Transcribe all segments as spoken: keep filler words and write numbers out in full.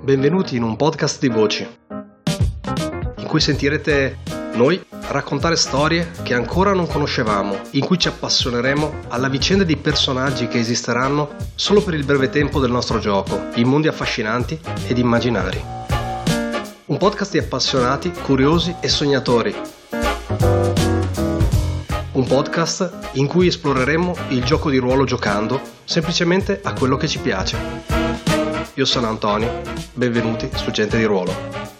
Benvenuti in un podcast di voci, in cui sentirete noi raccontare storie che ancora non conoscevamo, in cui ci appassioneremo alla vicenda di personaggi che esisteranno solo per il breve tempo del nostro gioco, in mondi affascinanti ed immaginari. Un podcast di appassionati, curiosi e sognatori. Un podcast in cui esploreremo il gioco di ruolo giocando semplicemente a quello che ci piace. Io sono Antonio, benvenuti su Gente di Ruolo.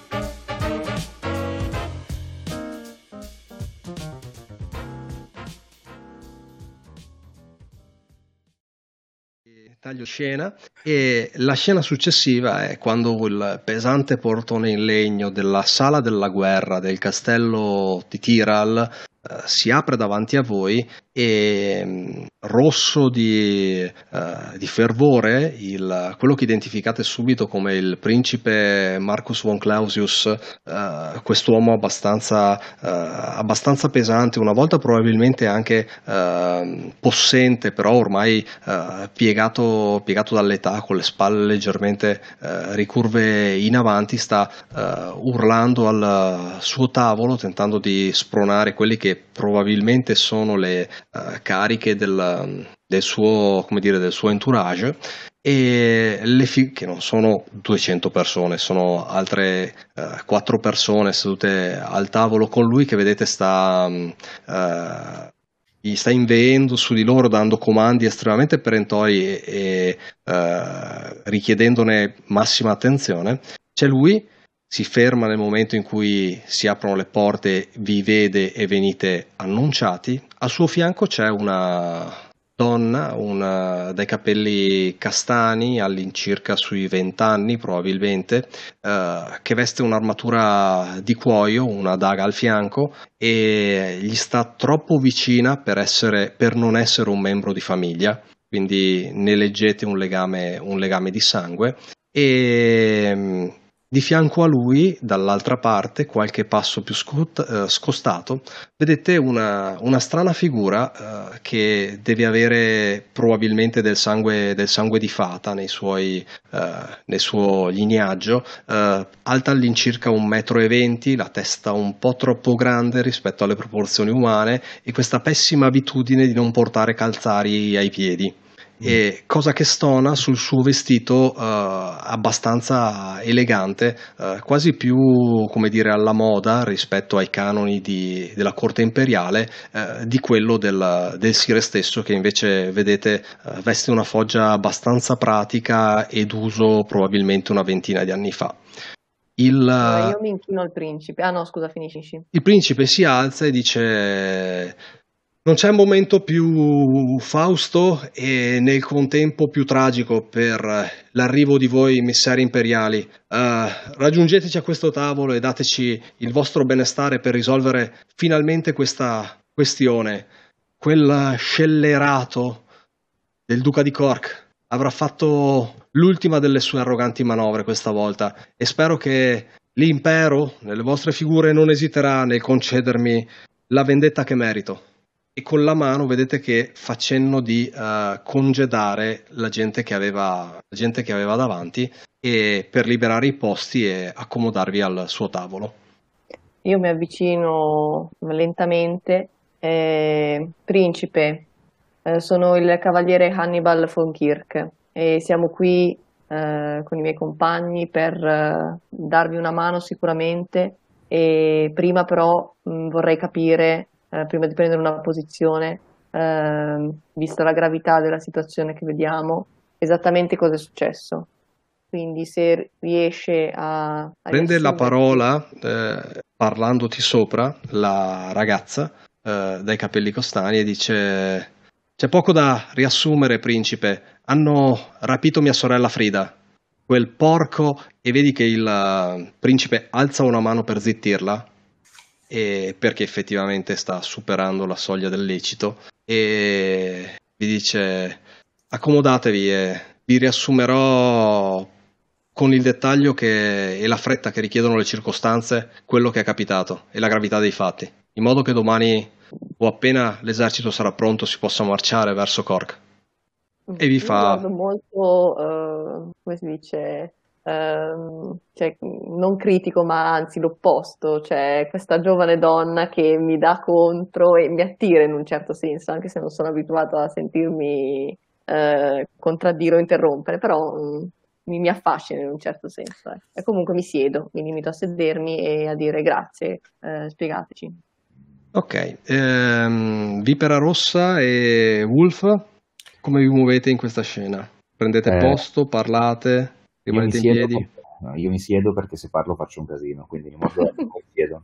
Taglio scena e la scena successiva è quando il pesante portone in legno della sala della guerra del castello di Tyral Uh, si apre davanti a voi e um, rosso di, uh, di fervore, il, quello che identificate subito come il principe Marcus von Clausius, uh, quest'uomo abbastanza, uh, abbastanza pesante, una volta probabilmente anche uh, possente, però ormai uh, piegato, piegato dall'età, con le spalle leggermente uh, ricurve in avanti, sta uh, urlando al suo tavolo, tentando di spronare quelli che probabilmente sono le uh, cariche del, del suo, come dire, del suo entourage, e le fi- che non sono duecento persone, sono altre uh, quattro persone sedute al tavolo con lui, che vedete sta um, uh, gli sta inveendo su di loro, dando comandi estremamente perentori e, e uh, richiedendone massima attenzione. C'è lui, si ferma nel momento in cui si aprono le porte, vi vede e venite annunciati. Al suo fianco c'è una donna, una, dai capelli castani, all'incirca sui vent'anni probabilmente, eh, che veste un'armatura di cuoio, una daga al fianco, e gli sta troppo vicina per, essere, per non essere un membro di famiglia, quindi ne leggete un legame, un legame di sangue. E di fianco a lui, dall'altra parte, qualche passo più scot- eh, scostato, vedete una, una strana figura eh, che deve avere probabilmente del sangue, del sangue di fata nei suoi, eh, nel suo lignaggio, eh, alta all'incirca un metro e venti, la testa un po' troppo grande rispetto alle proporzioni umane, e questa pessima abitudine di non portare calzari ai piedi. E cosa che stona sul suo vestito uh, abbastanza elegante, uh, quasi più, come dire, alla moda rispetto ai canoni di, della corte imperiale, uh, di quello del, del sire stesso, che invece vedete uh, veste una foggia abbastanza pratica ed uso probabilmente una ventina di anni fa. Il, uh, io mi inchino al principe. Ah no, scusa, finisci. Il principe si alza e dice: non c'è momento più fausto e nel contempo più tragico per l'arrivo di voi missari imperiali. Uh, raggiungeteci a questo tavolo e dateci il vostro benestare per risolvere finalmente questa questione. Quel scellerato del duca di Cork avrà fatto l'ultima delle sue arroganti manovre questa volta, e spero che l'impero, nelle vostre figure, non esiterà nel concedermi la vendetta che merito. E con la mano vedete che fa cenno di uh, congedare la gente che aveva, la gente che aveva davanti, e per liberare i posti e accomodarvi al suo tavolo. Io mi avvicino lentamente. Eh, principe, eh, sono il cavaliere Hannibal von Kirk e siamo qui eh, con i miei compagni per eh, darvi una mano sicuramente, e prima però mh, vorrei capire, eh, prima di prendere una posizione, eh, vista la gravità della situazione che vediamo, esattamente cosa è successo. Quindi se riesce a, a Prende la riassumerci. parola, eh, parlandoti sopra, la ragazza eh, dai capelli costani, e dice: c'è poco da riassumere, principe. Hanno rapito mia sorella Frida, quel porco. E vedi che il uh, principe alza una mano per zittirla, e perché effettivamente sta superando la soglia del lecito, e vi dice: accomodatevi e vi riassumerò con il dettaglio che, e la fretta che richiedono le circostanze, quello che è capitato e la gravità dei fatti, in modo che domani o appena l'esercito sarà pronto si possa marciare verso Cork. E vi Io fa: guardo molto, eh, come si dice, ehm, cioè, non critico, ma anzi l'opposto, cioè questa giovane donna che mi dà contro e mi attira in un certo senso, anche se non sono abituato a sentirmi eh, contraddire o interrompere, però mm, mi, mi affascina in un certo senso. eh. E comunque mi siedo, mi limito a sedermi e a dire grazie, eh, spiegateci. Ok, ehm, Vipera Rossa e Wolf, come vi muovete in questa scena? Prendete Eh, posto, parlate, io mi rimanete in siedo, piedi? no, io mi siedo perché se parlo faccio un casino, quindi mi mordo la lingua e mi siedo.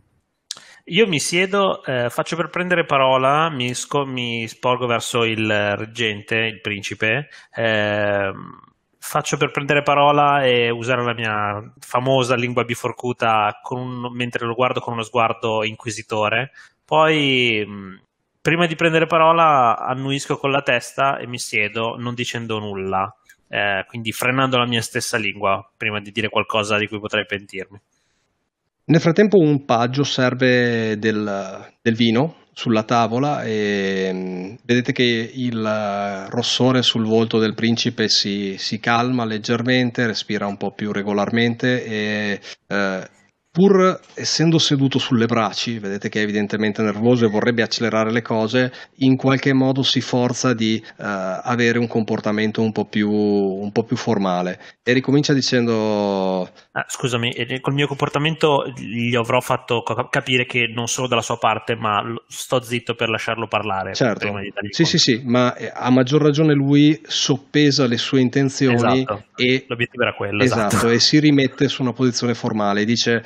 Io mi siedo, eh, faccio per prendere parola, mi, sco- mi sporgo verso il reggente, il principe, ehm, faccio per prendere parola e usare la mia famosa lingua biforcuta con un- mentre lo guardo con uno sguardo inquisitore. Poi, mh, prima di prendere parola, annuisco con la testa e mi siedo, non dicendo nulla, eh, quindi frenando la mia stessa lingua prima di dire qualcosa di cui potrei pentirmi. Nel frattempo un paggio serve del, del vino sulla tavola e mm, vedete che il eh, rossore sul volto del principe si, si calma leggermente, respira un po' più regolarmente e eh, pur essendo seduto sulle braci, vedete che è evidentemente nervoso e vorrebbe accelerare le cose, in qualche modo si forza di eh, avere un comportamento un po' più, un po' più formale e ricomincia dicendo... Ah, scusami, eh, col mio comportamento gli avrò fatto ca- capire che non sono dalla sua parte, ma lo- sto zitto per lasciarlo parlare prima Certo, di dargli sì, sì, contro. sì, ma eh, a maggior ragione lui soppesa le sue intenzioni Esatto, e, l'obiettivo era quello, esatto. esatto, e si rimette su una posizione formale. Dice,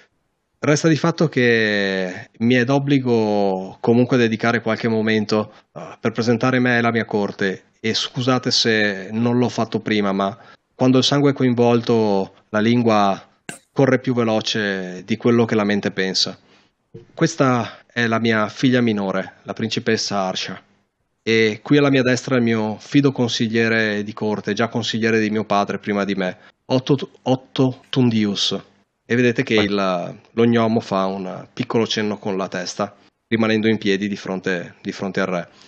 resta di fatto che mi è d'obbligo comunque dedicare qualche momento eh, per presentare me e la mia corte e scusate se non l'ho fatto prima, ma quando il sangue è coinvolto la lingua corre più veloce di quello che la mente pensa. Questa è la mia figlia minore, la principessa Arsha. E qui alla mia destra il mio fido consigliere di corte, già consigliere di mio padre prima di me, Otto, Otto Tundius. E vedete che il, lo gnomo fa un piccolo cenno con la testa, rimanendo in piedi di fronte, di fronte al re.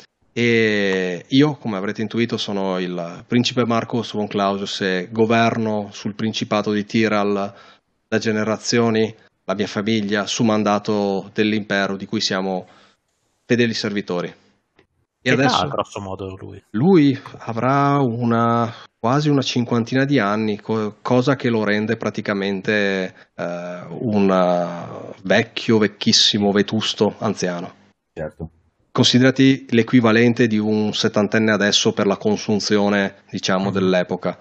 E io, come avrete intuito, sono il principe Marcus von Clausius e governo sul principato di Tiral da generazioni, la mia famiglia, su mandato dell'impero di cui siamo fedeli servitori. E Che età ha adesso grosso modo lui? lui avrà una quasi una cinquantina di anni, co- cosa che lo rende praticamente eh, un eh, vecchio, vecchissimo, vetusto anziano. Certo. Considerati l'equivalente di un settantenne adesso per la consunzione, diciamo, Mhm. dell'epoca.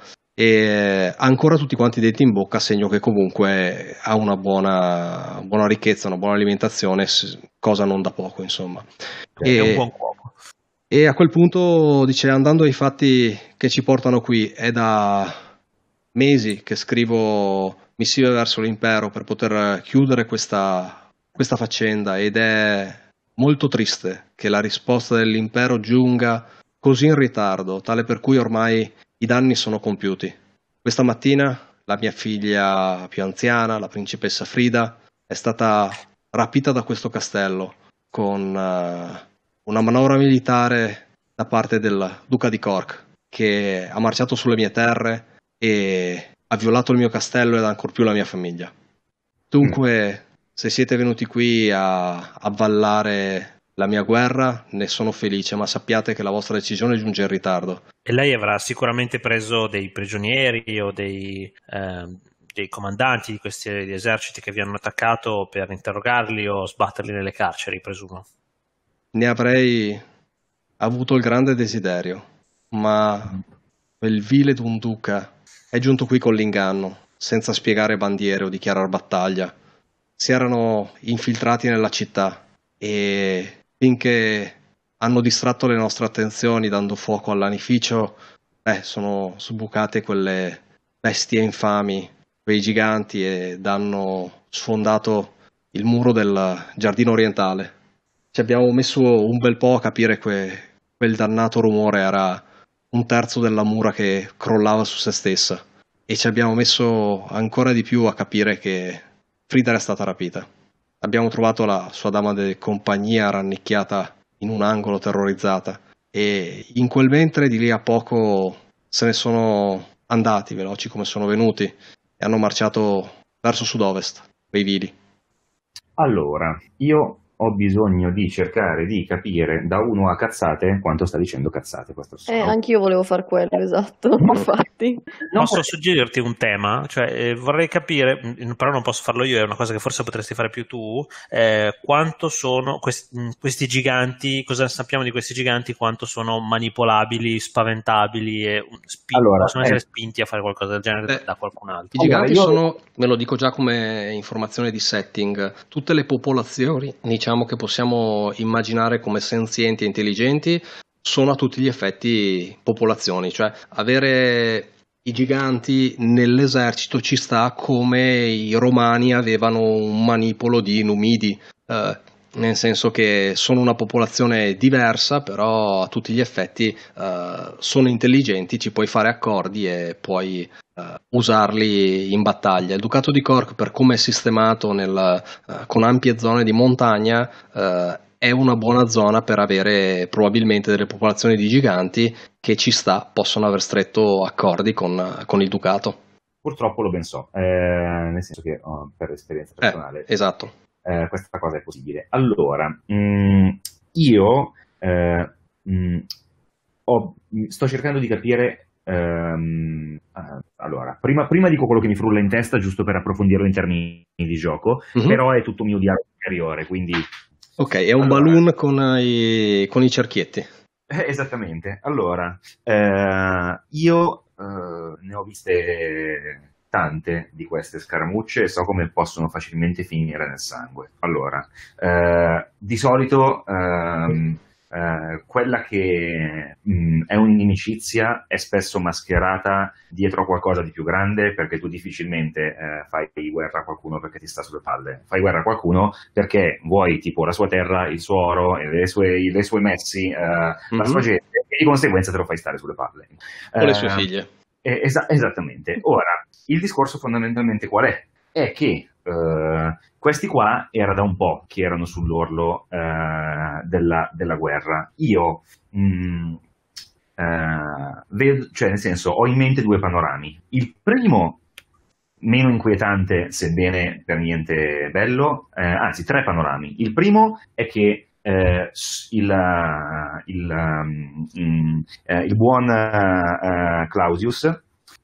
E ha ancora tutti quanti i denti in bocca, segno che comunque ha una buona, buona ricchezza, una buona alimentazione, s- cosa non da poco, insomma. È un E, buon cuoco. e a quel punto dice, andando ai fatti che ci portano qui, è da mesi che scrivo missive verso l'impero per poter chiudere questa, questa faccenda ed è molto triste che la risposta dell'impero giunga così in ritardo, tale per cui ormai i danni sono compiuti. Questa mattina la mia figlia più anziana, la principessa Frida, è stata rapita da questo castello con eh, una manovra militare da parte del duca di Cork, che ha marciato sulle mie terre e ha violato il mio castello ed ancor più la mia famiglia. Dunque, se siete venuti qui a avvallare la mia guerra, ne sono felice, ma sappiate che la vostra decisione giunge in ritardo. E lei avrà sicuramente preso dei prigionieri o dei, ehm, dei comandanti di questi eserciti che vi hanno attaccato per interrogarli o sbatterli nelle carceri, presumo. Ne avrei avuto il grande desiderio, ma quel vile d'un duca è giunto qui con l'inganno, senza spiegare bandiere o dichiarare battaglia. Si erano infiltrati nella città e finché hanno distratto le nostre attenzioni dando fuoco all'anificio, eh, sono sbucate quelle bestie infami, quei giganti ed hanno sfondato il muro del giardino orientale. Ci abbiamo messo un bel po' a capire che quel dannato rumore era un terzo della mura che crollava su se stessa e ci abbiamo messo ancora di più a capire che Frida era stata rapita. Abbiamo trovato la sua dama di compagnia rannicchiata in un angolo terrorizzata e in quel mentre di lì a poco se ne sono andati veloci come sono venuti e hanno marciato verso sud-ovest, quei vili. Allora, io ho bisogno di cercare di capire da uno a cazzate quanto sta dicendo cazzate questo Eh, anch'io volevo far quello, esatto, infatti. Posso suggerirti un tema? Cioè, eh, vorrei capire, mh, però non posso farlo io, è una cosa che forse potresti fare più tu, eh, quanto sono questi, mh, questi giganti, cosa sappiamo di questi giganti, quanto sono manipolabili, spaventabili e um, spi- Allora, possono eh, essere spinti a fare qualcosa del genere eh, da qualcun altro. I giganti Allora, io- sono, ve lo dico già come informazione di setting, tutte le popolazioni, diciamo, che possiamo immaginare come senzienti e intelligenti, sono a tutti gli effetti popolazioni, cioè avere i giganti nell'esercito ci sta come i romani avevano un manipolo di numidi, eh, nel senso che sono una popolazione diversa, però a tutti gli effetti eh, sono intelligenti, ci puoi fare accordi e puoi Uh, usarli in battaglia. Il Ducato di Cork, per come è sistemato nel, uh, con ampie zone di montagna, uh, è una buona zona per avere probabilmente delle popolazioni di giganti che ci sta, possono aver stretto accordi con, uh, con il Ducato. Purtroppo lo ben so, eh, nel senso che oh, per esperienza personale eh, esatto. eh, questa cosa è possibile. Allora, mh, io eh, mh, ho, sto cercando di capire. Um, uh, allora, prima, prima dico quello che mi frulla in testa, giusto per approfondirlo in termini di gioco, uh-huh. Però è tutto mio dialogo interiore, quindi... Ok, è un allora, balloon con i, con i cerchietti. Eh, esattamente. Allora, eh, io eh, ne ho viste tante di queste scaramucce e so come possono facilmente finire nel sangue. Allora, eh, di solito... Ehm, Uh, quella che mh, è un'inimicizia è spesso mascherata dietro a qualcosa di più grande, perché tu difficilmente uh, fai guerra a qualcuno perché ti sta sulle palle, fai guerra a qualcuno perché vuoi tipo la sua terra, il suo oro, le sue, le sue messi, uh, mm-hmm. la sua gente, e di conseguenza te lo fai stare sulle palle. O uh, le sue figlie. Eh, es- esattamente. Ora, il discorso fondamentalmente qual è? È che Uh, questi qua era da un po' che erano sull'orlo uh, della, della guerra. Io mh, uh, vedo, cioè nel senso, ho in mente due panorami. Il primo, meno inquietante, sebbene per niente bello, uh, anzi tre panorami. Il primo è che uh, il, uh, il, um, um, uh, il buon uh, Clausius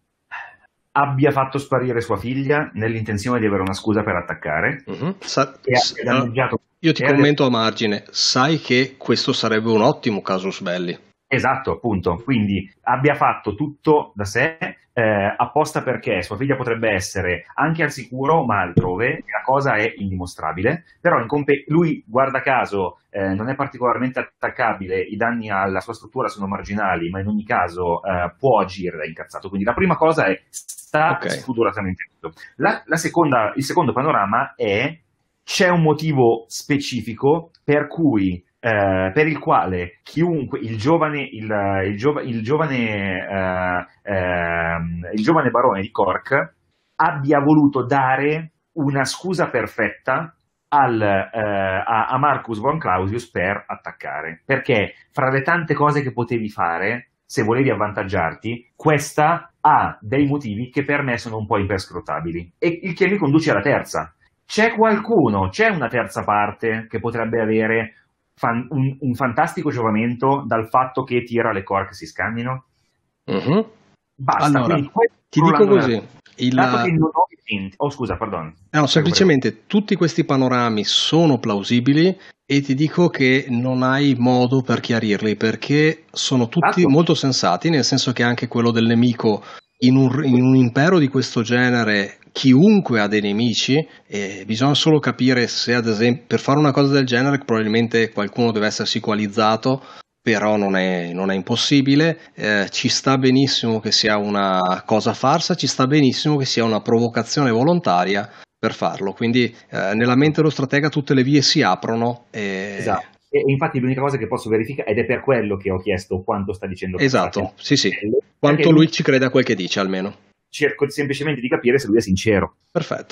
abbia fatto sparire sua figlia nell'intenzione di avere una scusa per attaccare. Uh-huh. Sa- e abbia danneggiato... Io ti commento a margine, sai che questo sarebbe un ottimo casus belli. Esatto, appunto, quindi abbia fatto tutto da sé, eh, apposta perché sua figlia potrebbe essere anche al sicuro ma altrove, la cosa è indimostrabile, però in comp- lui guarda caso eh, non è particolarmente attaccabile, i danni alla sua struttura sono marginali, ma in ogni caso eh, può agire da incazzato, quindi la prima cosa è sta okay. spudoratamente tutto. La, la seconda, il secondo panorama è c'è un motivo specifico per cui Uh, per il quale chiunque, il giovane, il, il, giova, il, giovane uh, uh, il giovane barone di Cork abbia voluto dare una scusa perfetta al, uh, a, a Marcus von Clausius per attaccare, perché fra le tante cose che potevi fare, se volevi avvantaggiarti, questa ha dei motivi che per me sono un po' imperscrutabili, e il che mi conduce alla terza. C'è qualcuno, c'è una terza parte che potrebbe avere Fan, un, un fantastico giovamento dal fatto che Tira le Cork si scannino? Uh-huh. Basta. Allora, ti dico così. Il... Dato che non ho oh scusa, perdono. No, semplicemente prego. Tutti questi panorami sono plausibili e ti dico che non hai modo per chiarirli perché sono tutti esatto. molto sensati, nel senso che anche quello del nemico in un, in un impero di questo genere chiunque ha dei nemici e bisogna solo capire se ad esempio per fare una cosa del genere probabilmente qualcuno deve essersi coalizzato, però non è, non è impossibile, eh, ci sta benissimo che sia una cosa farsa, ci sta benissimo che sia una provocazione volontaria per farlo, quindi eh, nella mente dello stratega tutte le vie si aprono e... Esatto. E infatti l'unica cosa che posso verificare, ed è per quello che ho chiesto quanto sta dicendo esatto, sì sì, quanto lui ci crede a quel che dice almeno. Cerco semplicemente di capire se lui è sincero. Perfetto.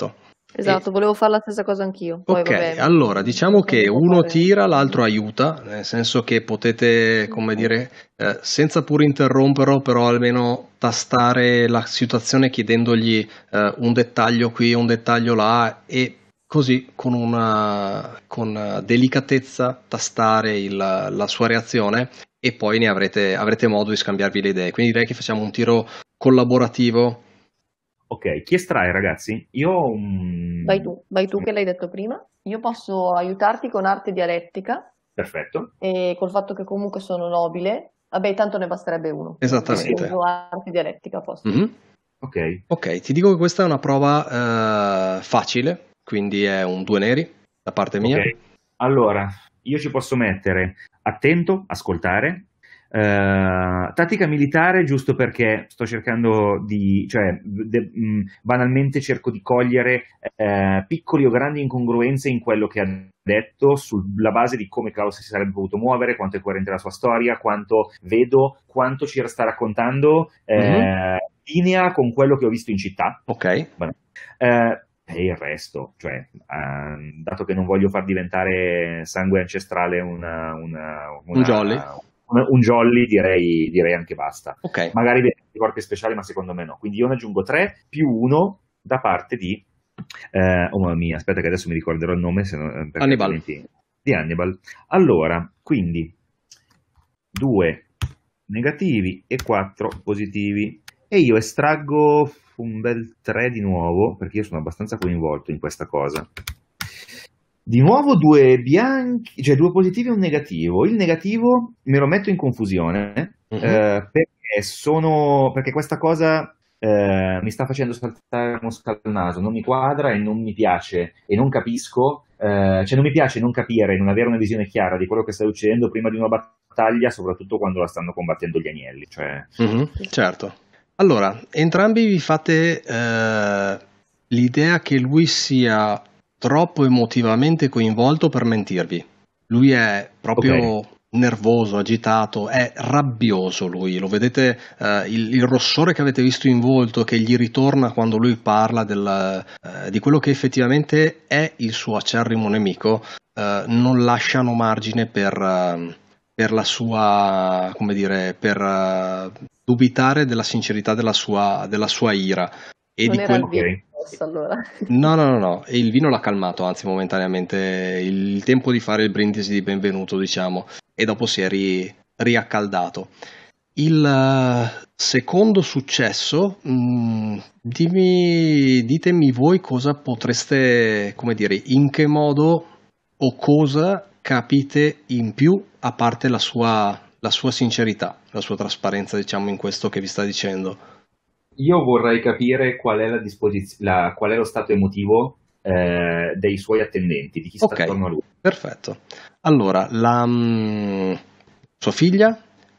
Esatto, E- volevo fare la stessa cosa anch'io. Poi, Ok, vabbè, allora diciamo non che devo uno fare- tira, l'altro aiuta, nel senso che potete, come dire, eh, senza pure interromperlo, però almeno tastare la situazione chiedendogli eh, un dettaglio qui, un dettaglio là e così con una con delicatezza tastare il- la sua reazione e poi ne avrete, avrete modo di scambiarvi le idee. Quindi direi che facciamo un tiro collaborativo. Ok, chi estrae, ragazzi? Io ho un... Vai tu, vai tu che l'hai detto prima. Io posso aiutarti con arte dialettica Perfetto. e col fatto che comunque sono nobile. Vabbè, tanto ne basterebbe uno. Quindi Esattamente. uso arte dialettica a posto. Mhm. Ok, Ok, ti dico che questa è una prova eh, facile, quindi è un due neri da parte mia. ok. Allora, io ci posso mettere attento, ascoltare, eh, tattica militare, giusto perché sto cercando di, cioè, de- mh, banalmente cerco di cogliere eh, piccoli o grandi incongruenze in quello che ha detto, sulla base di come Klaus si sarebbe potuto muovere, quanto è coerente la sua storia, quanto vedo, quanto ci sta raccontando, Mhm. eh, linea con quello che ho visto in città. Ok, Vabbè. Eh, e il resto, cioè, eh, dato che non voglio far diventare sangue ancestrale una, una, un jolly. una- una- un jolly, direi, direi anche basta. Ok, Magari dei corpi speciali, ma secondo me no. Quindi io ne aggiungo tre più uno da parte di. Eh, oh mamma mia, aspetta che adesso mi ricorderò il nome, se no, eh, perché Hannibal. altrimenti. Di Hannibal. Allora, quindi due negativi e quattro positivi. E io estraggo un bel tre di nuovo, perché io sono abbastanza coinvolto in questa cosa. Di nuovo due bianchi, cioè due positivi e un negativo. Il negativo me lo metto in confusione, Mhm. eh, perché sono, perché questa cosa eh, mi sta facendo saltare la mosca al naso, non mi quadra e non mi piace e non capisco, eh, cioè non mi piace non capire, non avere una visione chiara di quello che sta succedendo prima di una battaglia, soprattutto quando la stanno combattendo gli agnelli. Cioè, Mhm, certo. Allora, entrambi vi fate eh, l'idea che lui sia troppo emotivamente coinvolto per mentirvi. Lui è ok, proprio nervoso, agitato, è rabbioso lui. Lo vedete, eh, il, il rossore che avete visto in volto che gli ritorna quando lui parla del, eh, di quello che effettivamente è il suo acerrimo nemico, eh, non lasciano margine per, eh, per la sua, come dire, per eh, dubitare della sincerità della sua, della sua ira e Non di era il quel... ok. vino rosso, allora. No, no, no, no, e il vino l'ha calmato, anzi momentaneamente, il, il tempo di fare il brindisi di benvenuto, diciamo, e dopo si è ri- riaccaldato. Il eh, secondo successo, mh, dimmi, ditemi voi cosa potreste, come dire, in che modo o cosa capite in più a parte la sua, la sua sincerità, la sua trasparenza, diciamo, in questo che vi sta dicendo. Io vorrei capire qual è, la disposiz- la- qual è lo stato emotivo eh, dei suoi attendenti, di chi sta Ok, attorno a lui. perfetto. Allora, la, mh, sua figlia,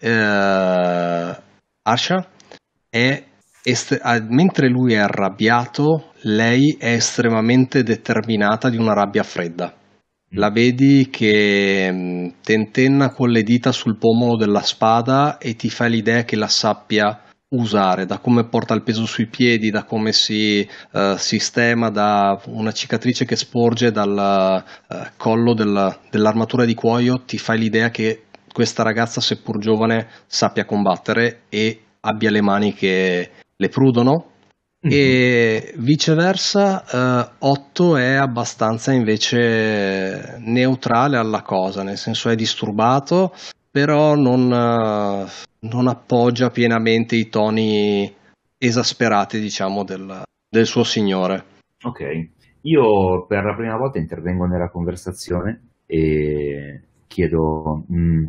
eh, Arsha, è est- ah, mentre lui è arrabbiato, lei è estremamente determinata di una rabbia fredda. La Mm. vedi che mh, tentenna con le dita sul pomo della spada e ti fa l'idea che la sappia usare, da come porta il peso sui piedi, da come si eh, sistema, da una cicatrice che sporge dal eh, collo del- dell'armatura di cuoio, ti fai l'idea che questa ragazza, seppur giovane, sappia combattere e abbia le mani che le prudono. Mhm. E viceversa, eh, otto è abbastanza invece neutrale alla cosa, nel senso è disturbato, però non, eh, non appoggia pienamente i toni esasperati, diciamo, del, del suo signore. Ok, io per la prima volta intervengo nella conversazione e chiedo, mm,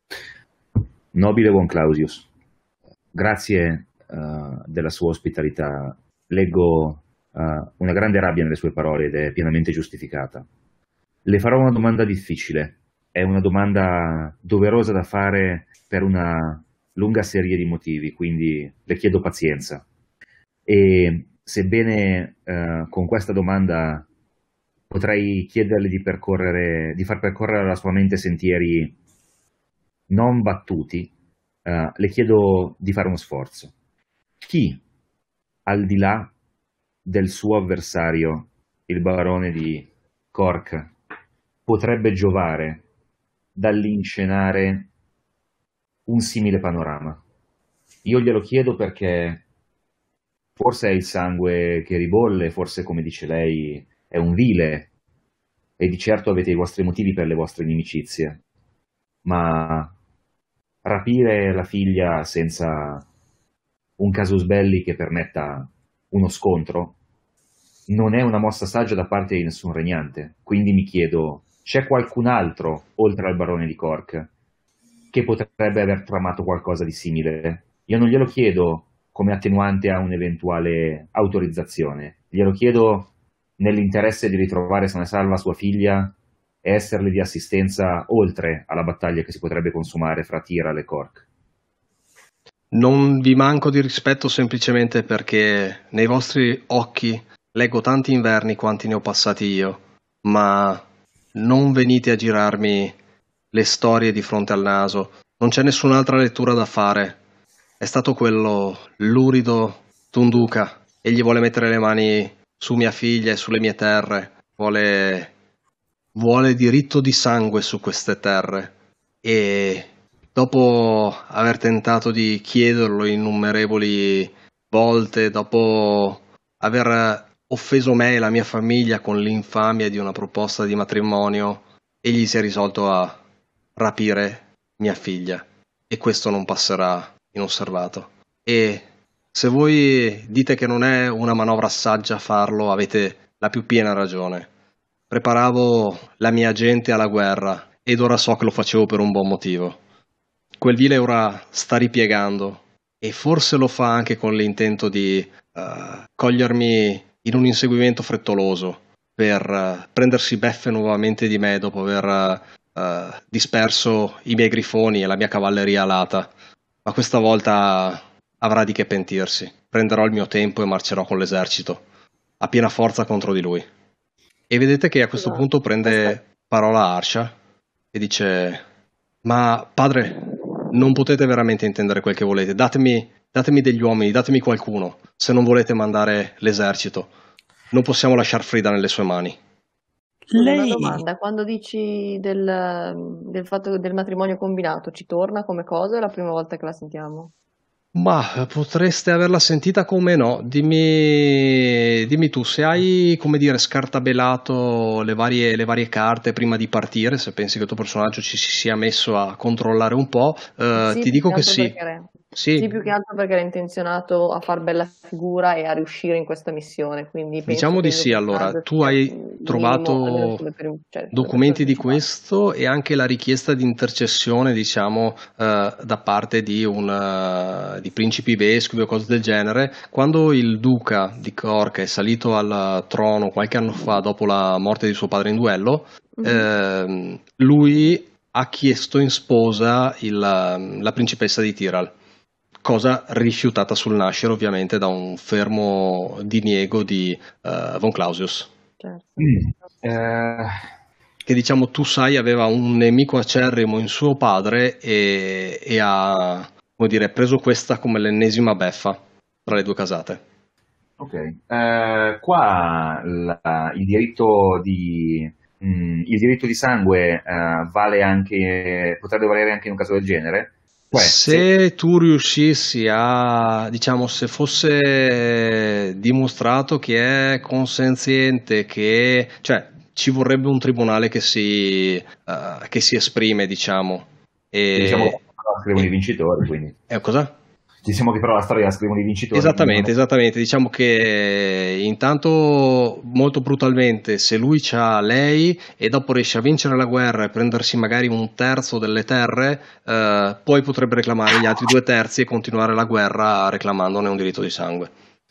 nobile buon Claudius, grazie eh, della sua ospitalità. Leggo eh, una grande rabbia nelle sue parole ed è pienamente giustificata. Le farò una domanda difficile, è una domanda doverosa da fare per una lunga serie di motivi, quindi le chiedo pazienza. E sebbene eh, con questa domanda potrei chiederle di percorrere, di far percorrere alla sua mente sentieri non battuti, eh, le chiedo di fare uno sforzo. Chi, al di là del suo avversario, il barone di Cork potrebbe giovare dall'incenare un simile panorama. Io glielo chiedo perché forse è il sangue che ribolle, forse, come dice lei, è un vile, e di certo avete i vostri motivi per le vostre inimicizie, ma rapire la figlia senza un casus belli che permetta uno scontro non è una mossa saggia da parte di nessun regnante. Quindi mi chiedo, c'è qualcun altro, oltre al barone di Cork, che potrebbe aver tramato qualcosa di simile? Io non glielo chiedo come attenuante a un'eventuale autorizzazione, glielo chiedo nell'interesse di ritrovare sana e salva sua figlia e esserle di assistenza oltre alla battaglia che si potrebbe consumare fra Tyrell e Cork. Non vi manco di rispetto semplicemente perché nei vostri occhi leggo tanti inverni quanti ne ho passati io, ma non venite a girarmi le storie di fronte al naso. Non c'è nessun'altra lettura da fare. È stato quello lurido Tunduka. Egli vuole mettere le mani su mia figlia e sulle mie terre. Vuole, vuole diritto di sangue su queste terre. E dopo aver tentato di chiederlo innumerevoli volte, dopo aver offeso me e la mia famiglia con l'infamia di una proposta di matrimonio, egli si è risolto a rapire mia figlia, e questo non passerà inosservato. E se voi dite che non è una manovra saggia farlo, avete la più piena ragione. Preparavo la mia gente alla guerra ed ora so che lo facevo per un buon motivo. Quel vile ora sta ripiegando e forse lo fa anche con l'intento di uh, cogliermi in un inseguimento frettoloso per uh, prendersi beffe nuovamente di me dopo aver uh, disperso i miei grifoni e la mia cavalleria alata. Ma questa volta avrà di che pentirsi. Prenderò il mio tempo e marcerò con l'esercito a piena forza contro di lui. E vedete che a questo No, punto prende questa- parola Arcia e dice: ma padre, non potete veramente intendere quel che volete. Datemi, datemi degli uomini, datemi qualcuno. Se non volete mandare l'esercito, non possiamo lasciar Frida nelle sue mani. Scusa, una Lei, domanda, quando dici del, del fatto del matrimonio combinato, ci torna come cosa? È la prima volta che la sentiamo? Ma potreste averla sentita come no. Dimmi, dimmi tu, se hai, come dire, scartabellato le varie, le varie carte prima di partire, se pensi che il tuo personaggio ci si sia messo a controllare un po', eh, Sì, ti più dico che che altro sì. perché era- Sì, sì, più che altro perché era intenzionato a far bella figura e a riuscire in questa missione, quindi penso diciamo che di il mio sì. Allora, personaggio tu sia hai il minimo, almeno trovato sulle, prim- cioè, sulle persone documenti di principali. questo e anche la richiesta di intercessione, diciamo, eh, da parte di, un, eh, di principi vescovi o cose del genere. Quando il duca di Cork è salito al trono qualche anno fa, dopo la morte di suo padre in duello, Mhm. ehm, lui ha chiesto in sposa il- la principessa di Tyrell, cosa rifiutata sul nascere ovviamente da un fermo diniego di eh, von Clausius, Certo. Mm. Eh, che diciamo tu sai aveva un nemico acerrimo in suo padre e, e ha, come dire, preso questa come l'ennesima beffa tra le due casate. ok, Eh, qua la- il diritto di, mm, il diritto di sangue eh, vale anche, potrebbe valere anche in un caso del genere? Cioè, se- Se tu riuscissi a, diciamo, se fosse dimostrato che è consenziente, che, cioè, ci vorrebbe un tribunale che si, eh, che si esprime, diciamo. diciamo che E, la scrivono i e, vincitori, quindi e cosa? diciamo che però la storia la scrivono i vincitori, quindi non Esattamente, è... esattamente. Diciamo che intanto molto brutalmente, se lui c'ha lei e dopo riesce a vincere la guerra e prendersi magari un terzo delle terre, eh, poi potrebbe reclamare gli altri due terzi e continuare la guerra reclamandone un diritto di sangue.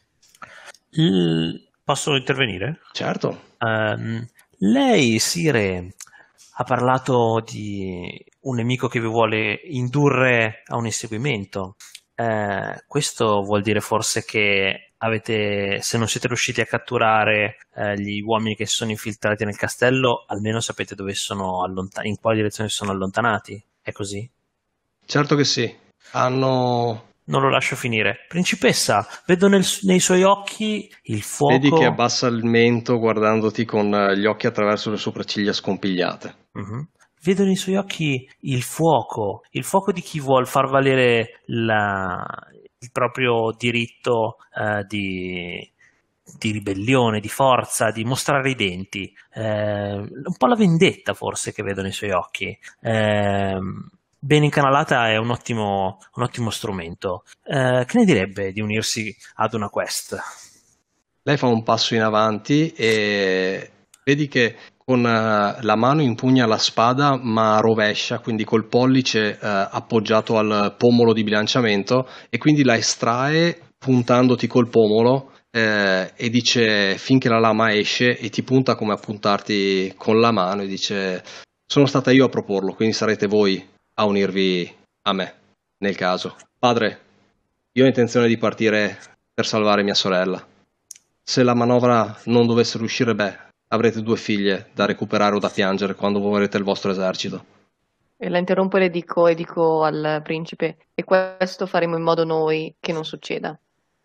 il- posso intervenire? Certo. Ehm, lei, Sire, ha parlato di un nemico che vi vuole indurre a un inseguimento. Eh, questo vuol dire forse che avete, se non siete riusciti a catturare eh, gli uomini che si sono infiltrati nel castello, almeno sapete dove sono allontanati, in quale direzione si sono allontanati. È così? Certo che sì. Hanno non lo lascio finire. Principessa, vedo nel- nei suoi occhi il fuoco. Vedi che abbassa il mento guardandoti con gli occhi attraverso le sopracciglia scompigliate. Mhm. Vedo nei suoi occhi il fuoco, il fuoco di chi vuol far valere la- il proprio diritto eh, di, di ribellione, di forza, di mostrare i denti. Eh, un po' la vendetta forse che vedo nei suoi occhi. Eh, ben incanalata è un ottimo, un ottimo strumento. Eh, che ne direbbe di unirsi ad una quest? Lei fa un passo in avanti e vedi che con eh, la mano impugna la spada ma rovescia, quindi col pollice eh, appoggiato al pomolo di bilanciamento, e quindi la estrae puntandoti col pomolo eh, e dice finché la lama esce, e ti punta come a puntarti con la mano e dice: sono stata io a proporlo, quindi sarete voi a unirvi a me nel caso. Padre, io ho intenzione di partire per salvare mia sorella. Se la manovra non dovesse riuscire, beh, avrete due figlie da recuperare o da piangere quando muoverete il vostro esercito. E la interrompo e le dico, e dico al principe, e questo faremo in modo noi che non succeda.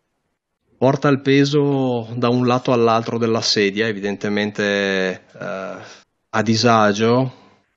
Porta il peso da un lato all'altro della sedia, evidentemente eh, a disagio,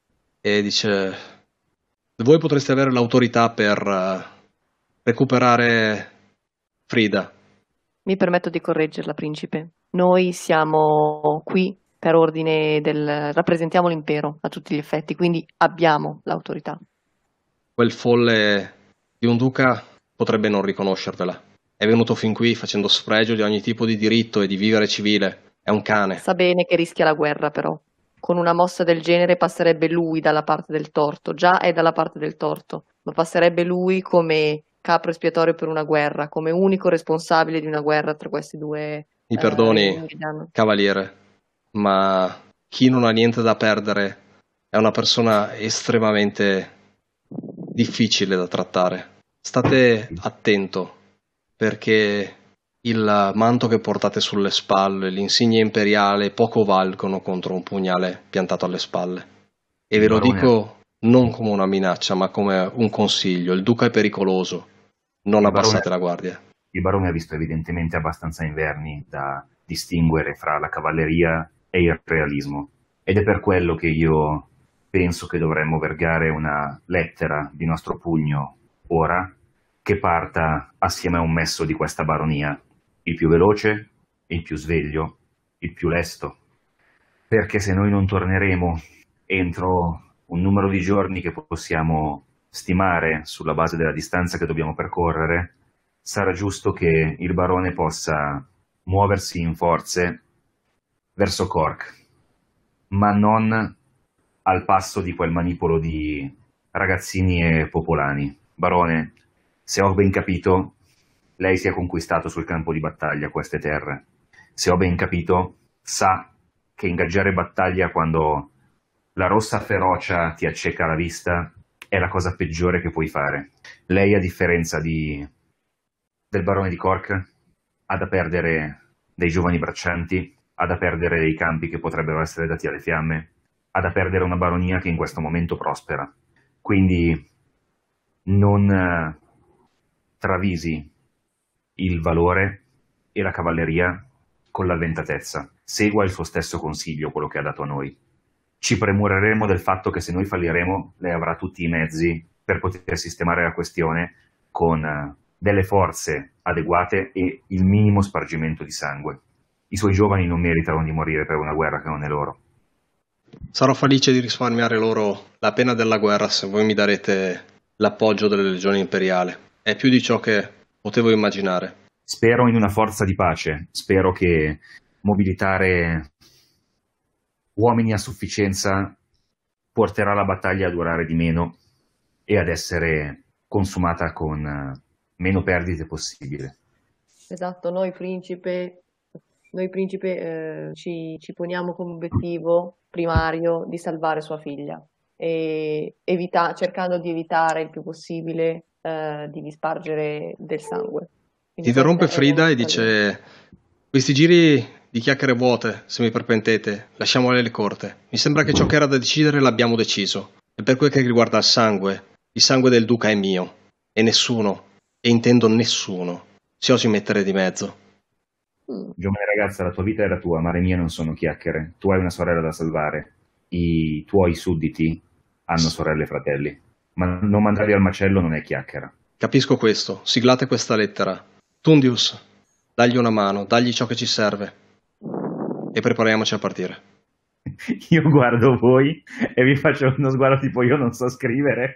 e dice: voi potreste avere l'autorità per eh, recuperare Frida. Mi permetto di correggerla, principe. Noi siamo qui per ordine del... rappresentiamo l'impero a tutti gli effetti, quindi abbiamo l'autorità. Quel folle di un duca potrebbe non riconoscervela. È venuto fin qui facendo sfregio di ogni tipo di diritto e di vivere civile. È un cane. Sa bene che rischia la guerra, però. Con una mossa del genere passerebbe lui dalla parte del torto. Già è dalla parte del torto, ma passerebbe lui come capro espiatorio per una guerra, come unico responsabile di una guerra tra questi due. Mi eh, perdoni, regni. cavaliere, ma chi non ha niente da perdere è una persona estremamente difficile da trattare. State attento, perché il manto che portate sulle spalle, l'insignia imperiale, poco valgono contro un pugnale piantato alle spalle. E ve lo Barone. dico non come una minaccia, ma come un consiglio. Il duca è pericoloso, non Il abbassate barone- la guardia. Il barone ha visto evidentemente abbastanza inverni da distinguere fra la cavalleria e il realismo, ed è per quello che io penso che dovremmo vergare una lettera di nostro pugno ora, che parta assieme a un messo di questa baronia, il più veloce, il più sveglio, il più lesto, perché se noi non torneremo entro un numero di giorni che possiamo stimare sulla base della distanza che dobbiamo percorrere, sarà giusto che il barone possa muoversi in forze verso Cork, ma non al passo di quel manipolo di ragazzini e popolani. Barone, se ho ben capito, lei si è conquistato sul campo di battaglia queste terre. Se ho ben capito, sa che ingaggiare battaglia quando la rossa ferocia ti acceca la vista è la cosa peggiore che puoi fare. Lei, a differenza di del barone di Cork, ha da perdere dei giovani braccianti, ha da perdere dei campi che potrebbero essere dati alle fiamme, ha da perdere una baronia che in questo momento prospera. Quindi non eh, travisi il valore e la cavalleria con l'avventatezza. Segua il suo stesso consiglio, quello che ha dato a noi. Ci premureremo del fatto che se noi falliremo, lei avrà tutti i mezzi per poter sistemare la questione con eh, delle forze adeguate e il minimo spargimento di sangue. I suoi giovani non meritano di morire per una guerra che non è loro. Sarò felice di risparmiare loro la pena della guerra se voi mi darete l'appoggio delle legioni imperiali. È più di ciò che potevo immaginare. Spero in una forza di pace, spero che mobilitare uomini a sufficienza porterà la battaglia a durare di meno e ad essere consumata con eh, meno perdite possibile. Esatto, noi principe, noi principe eh, ci, ci poniamo come obiettivo primario di salvare sua figlia, e evita- cercando di evitare il più possibile eh, di dispargere del sangue. Ti Quindi interrompe questa è la Frida e nostra- dice: questi giri di chiacchiere vuote, se mi permettete, lasciamole le corte. Mi sembra che ciò che era da decidere l'abbiamo deciso. E per quel che riguarda il sangue, il sangue del duca è mio, e nessuno e intendo nessuno, si osi mettere di mezzo. Giovane ragazza, la tua vita è la tua, mare mia non sono chiacchiere. Tu hai una sorella da salvare. I tuoi sudditi hanno sorelle e fratelli. Ma non mandarli al macello non è chiacchiera. Capisco questo. Siglate questa lettera. Tundius, dagli una mano, dagli ciò che ci serve. E prepariamoci a partire. Io guardo voi e vi faccio uno sguardo tipo io non so scrivere.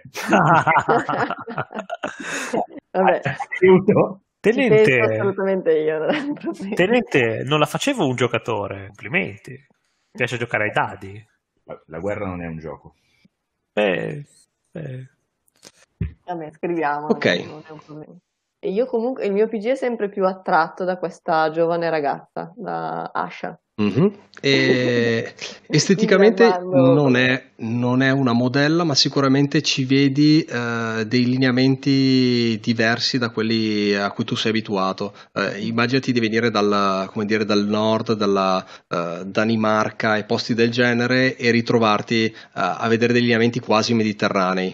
Vabbè. Aiuto. Tenente, assolutamente io. Tenente, non la facevo un giocatore, complimenti. Mi piace giocare ai dadi. La, la guerra non è un gioco. Beh, beh. Vabbè, scriviamo. Ok. Non è un problema. E io comunque, il mio P G è sempre più attratto da questa giovane ragazza, da Asha. Mm-hmm. E esteticamente non è, non è una modella, ma sicuramente ci vedi eh, dei lineamenti diversi da quelli a cui tu sei abituato. Eh, immaginati di venire dal, come dire, dal nord, dalla eh, Danimarca e posti del genere e ritrovarti eh, a vedere dei lineamenti quasi mediterranei.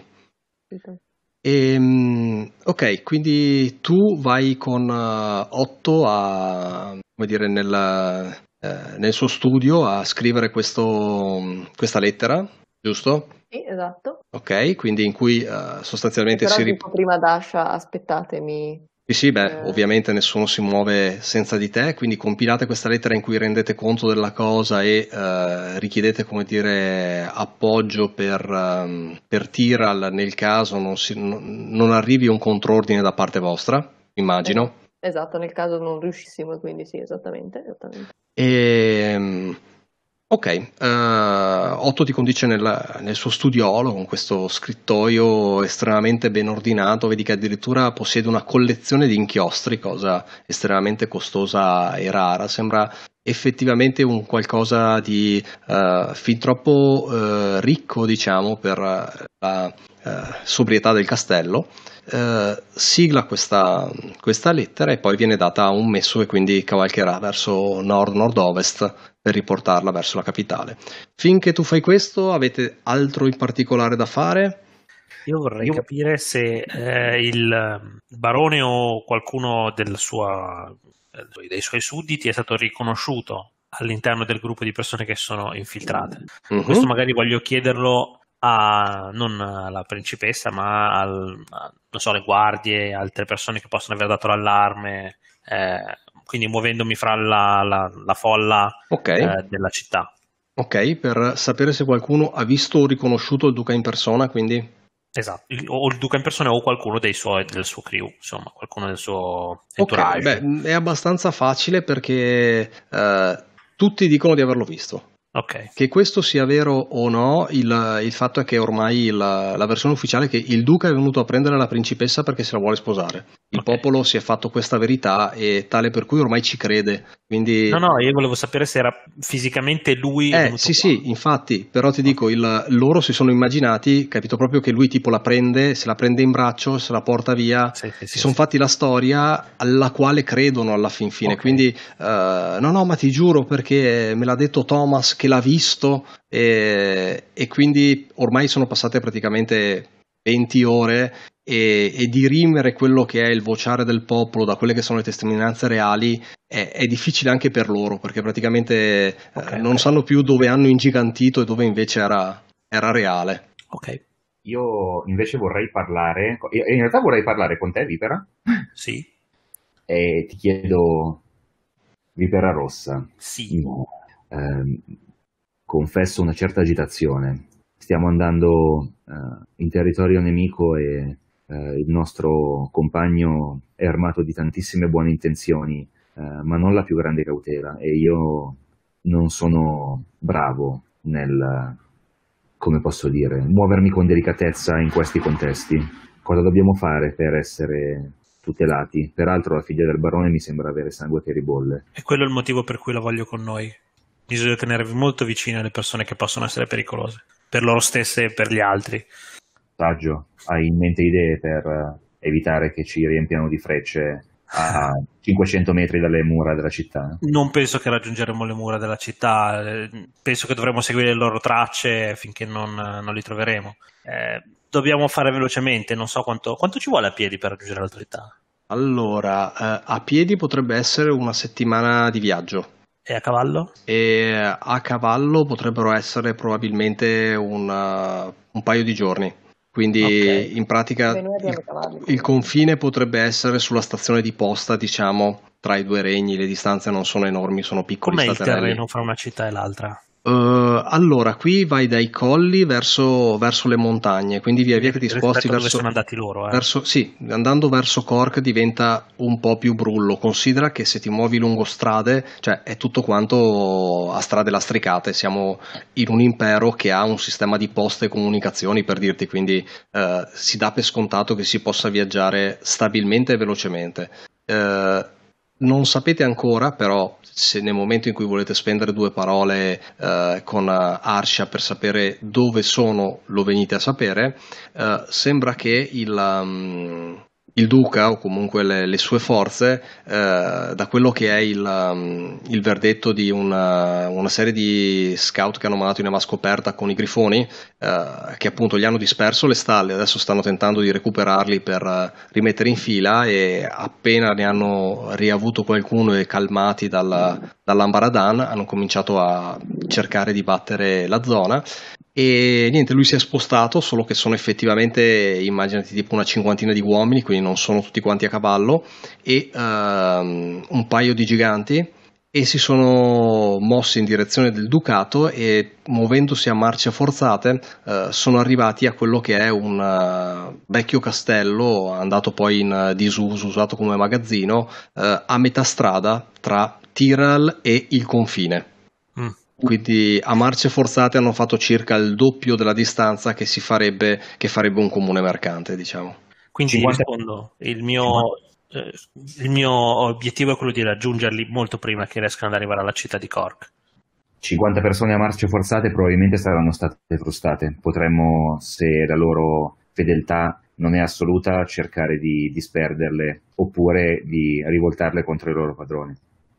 E, ok, quindi tu vai con uh, Otto a, come dire, nel, eh, nel suo studio a scrivere questo, questa lettera, giusto? Sì, esatto. Ok, quindi in cui uh, sostanzialmente però si... Rip- prima Dasha, aspettatemi. Sì, sì, beh, eh... ovviamente nessuno si muove senza di te, quindi compilate questa lettera in cui rendete conto della cosa e uh, richiedete, come dire, appoggio per, um, per Tyral nel caso non, si, non, non arrivi un contrordine da parte vostra, immagino. Eh, esatto, nel caso non riuscissimo, quindi sì, esattamente. esattamente. E... um, Ok, uh, Otto ti conduce nel, nel suo studiolo con questo scrittoio estremamente ben ordinato, vedi che addirittura possiede una collezione di inchiostri, cosa estremamente costosa e rara, sembra effettivamente un qualcosa di uh, fin troppo uh, ricco, diciamo, per la uh, sobrietà del castello. Uh, sigla questa, questa lettera e poi viene data a un messo che quindi cavalcherà verso nord-nord-ovest per riportarla verso la capitale. Finché tu fai questo, avete altro in particolare da fare? Io vorrei Io... capire se eh, il barone o qualcuno del sua, dei suoi sudditi è stato riconosciuto all'interno del gruppo di persone che sono infiltrate. Mm-hmm. Questo magari voglio chiederlo a, non alla principessa, ma al, a, non so, le guardie, altre persone che possono aver dato l'allarme, eh, quindi muovendomi fra la, la, la folla okay. eh, della città. Ok, per sapere se qualcuno ha visto o riconosciuto il duca in persona, quindi... Esatto, il, o il duca in persona o qualcuno dei suoi, del suo crew, insomma, qualcuno del suo entourage. Ok, beh, è abbastanza facile perché eh, tutti dicono di averlo visto. Okay. Che questo sia vero o no, il, il fatto è che ormai la, la versione ufficiale è che il duca è venuto a prendere la principessa perché se la vuole sposare. Il okay. popolo si è fatto questa verità e tale per cui ormai ci crede. Quindi... No, no, io volevo sapere se era fisicamente lui. Eh, sì, qua. Sì, infatti, però ti dico, il, loro si sono immaginati, capito, proprio che lui tipo la prende, se la prende in braccio, se la porta via, sì, sì, si sì, sono sì. fatti la storia alla quale credono alla fin fine. Okay. Quindi, uh, no, no, ma ti giuro perché me l'ha detto Thomas che l'ha visto e, e quindi ormai sono passate praticamente venti ore e, e dirimere quello che è il vociare del popolo da quelle che sono le testimonianze reali è, è difficile anche per loro perché praticamente okay, eh, non okay. sanno più dove hanno ingigantito e dove invece era, era reale. Ok. Io invece vorrei parlare, in realtà vorrei parlare con te, Vipera. Sì. E ti chiedo, Vipera Rossa. Sì. No, ehm, confesso una certa agitazione. Stiamo andando uh, in territorio nemico e uh, il nostro compagno è armato di tantissime buone intenzioni, uh, ma non la più grande cautela. E io non sono bravo nel, come posso dire, muovermi con delicatezza in questi contesti. Cosa dobbiamo fare per essere tutelati? Peraltro la figlia del barone mi sembra avere sangue che ribolle. E quello è il motivo per cui la voglio con noi. Bisogna tenervi molto vicine alle persone che possono essere pericolose, per loro stesse e per gli altri. Saggio, hai in mente idee per evitare che ci riempiano di frecce a cinquecento metri dalle mura della città? Non penso che raggiungeremo le mura della città, penso che dovremo seguire le loro tracce finché non, non li troveremo. Eh, dobbiamo fare velocemente, non so quanto, quanto ci vuole a piedi per raggiungere l'autorità. Allora, eh, a piedi potrebbe essere una settimana di viaggio. E a cavallo? E a cavallo potrebbero essere probabilmente un, uh, un paio di giorni. Quindi Ok. in pratica Beh, noi abbiamo il, i cavalli. il confine potrebbe essere sulla stazione di posta, diciamo, tra i due regni. Le distanze non sono enormi, sono piccoli Com'è il staterelli. terreno fra una città e l'altra? Uh, allora, qui vai dai colli verso, verso le montagne, quindi via via che ti sposti Rispetto a dove verso, sono andati loro, eh. verso, sì, andando verso Cork diventa un po' più brullo. Considera che se ti muovi lungo strade, cioè è tutto quanto a strade lastricate, siamo in un impero che ha un sistema di poste e comunicazioni, per dirti, quindi uh, si dà per scontato che si possa viaggiare stabilmente e velocemente. Uh, Non sapete ancora, però, se nel momento in cui volete spendere due parole eh, con uh, Arsha per sapere dove sono, lo venite a sapere, eh, sembra che il, um, il duca o comunque le, le sue forze, eh, da quello che è il, um, il verdetto di una, una serie di scout che hanno mandato in eva scoperta con i grifoni, eh, che appunto gli hanno disperso le stalle, adesso stanno tentando di recuperarli per uh, rimettere in fila, e appena ne hanno riavuto qualcuno e calmati dalla, dall'Ambaradan hanno cominciato a cercare di battere la zona. E niente, lui si è spostato, solo che sono effettivamente, immaginati, tipo una cinquantina di uomini, quindi non sono tutti quanti a cavallo, e um, un paio di giganti, e si sono mossi in direzione del ducato e, muovendosi a marce forzate, uh, sono arrivati a quello che è un uh, vecchio castello andato poi in uh, disuso, usato come magazzino, uh, a metà strada tra Tyrell e il confine. Mm. Quindi a marce forzate hanno fatto circa il doppio della distanza che si farebbe, che farebbe un comune mercante, diciamo. Quindi cinquanta rispondo, il mio, eh, il mio obiettivo è quello di raggiungerli molto prima che riescano ad arrivare alla città di Cork. cinquanta persone a marce forzate probabilmente saranno state frustate. Potremmo, se la loro fedeltà non è assoluta, cercare di disperderle oppure di rivoltarle contro i loro padroni.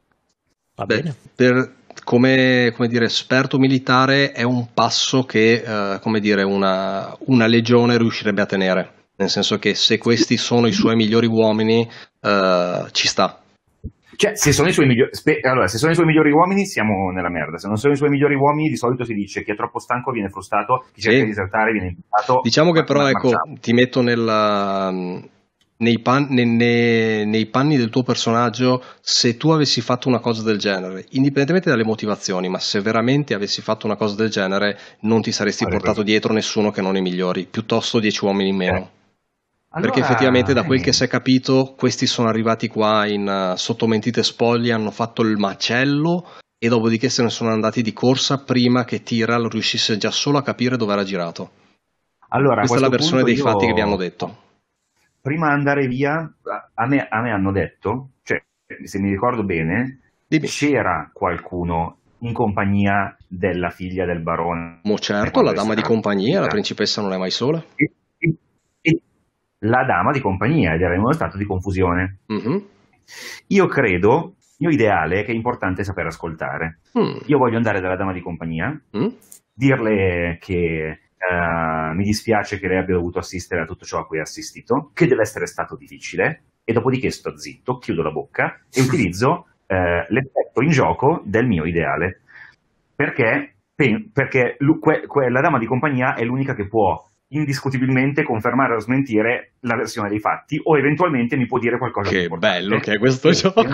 Va Beh, bene. per, come, come dire, esperto militare è un passo che, eh, come dire, una, una legione riuscirebbe a tenere. Nel senso che se questi sono i suoi migliori uomini, eh, ci sta. Cioè, se sono i suoi migliori, spe- allora, se sono i suoi migliori uomini, siamo nella merda. Se non sono i suoi migliori uomini, di solito si dice chi è troppo stanco viene frustrato, chi Sì. cerca di disertare viene impiegato. Diciamo che però, ma- ecco, marciamo. ti metto nella, nei, pan- ne- ne- nei panni del tuo personaggio. Se tu avessi fatto una cosa del genere, indipendentemente dalle motivazioni, ma se veramente avessi fatto una cosa del genere, non ti saresti Allora, portato dietro nessuno che non i migliori, piuttosto dieci uomini in meno. Eh. Perché Allora, effettivamente, da quel eh, che si è capito, questi sono arrivati qua in uh, sotto mentite spoglie, hanno fatto il macello e dopodiché se ne sono andati di corsa prima che Tyrell riuscisse già solo a capire dove era girato. allora, a Questa è la questo versione punto dei io- fatti che vi hanno detto. Prima di andare via, a me, a me hanno detto, cioè, se mi ricordo bene, Dimmi. c'era qualcuno in compagnia della figlia del barone. Mo certo, quando la è dama di stata compagnia, la rapita. principessa non è mai sola. E- e- e la dama di compagnia, ed era in uno stato di confusione. Mhm. Io credo, il mio ideale è che è importante saper ascoltare. Mm. Io voglio andare dalla dama di compagnia, Mm. dirle che eh, mi dispiace che lei abbia dovuto assistere a tutto ciò a cui ha assistito, che deve essere stato difficile, e dopodiché sto zitto, chiudo la bocca e utilizzo eh, l'effetto in gioco del mio ideale. Perché, pe- perché lu- que- que- la dama di compagnia è l'unica che può indiscutibilmente confermare o smentire la versione dei fatti, o eventualmente mi può dire qualcosa di Che importante. bello che è questo E- gioco.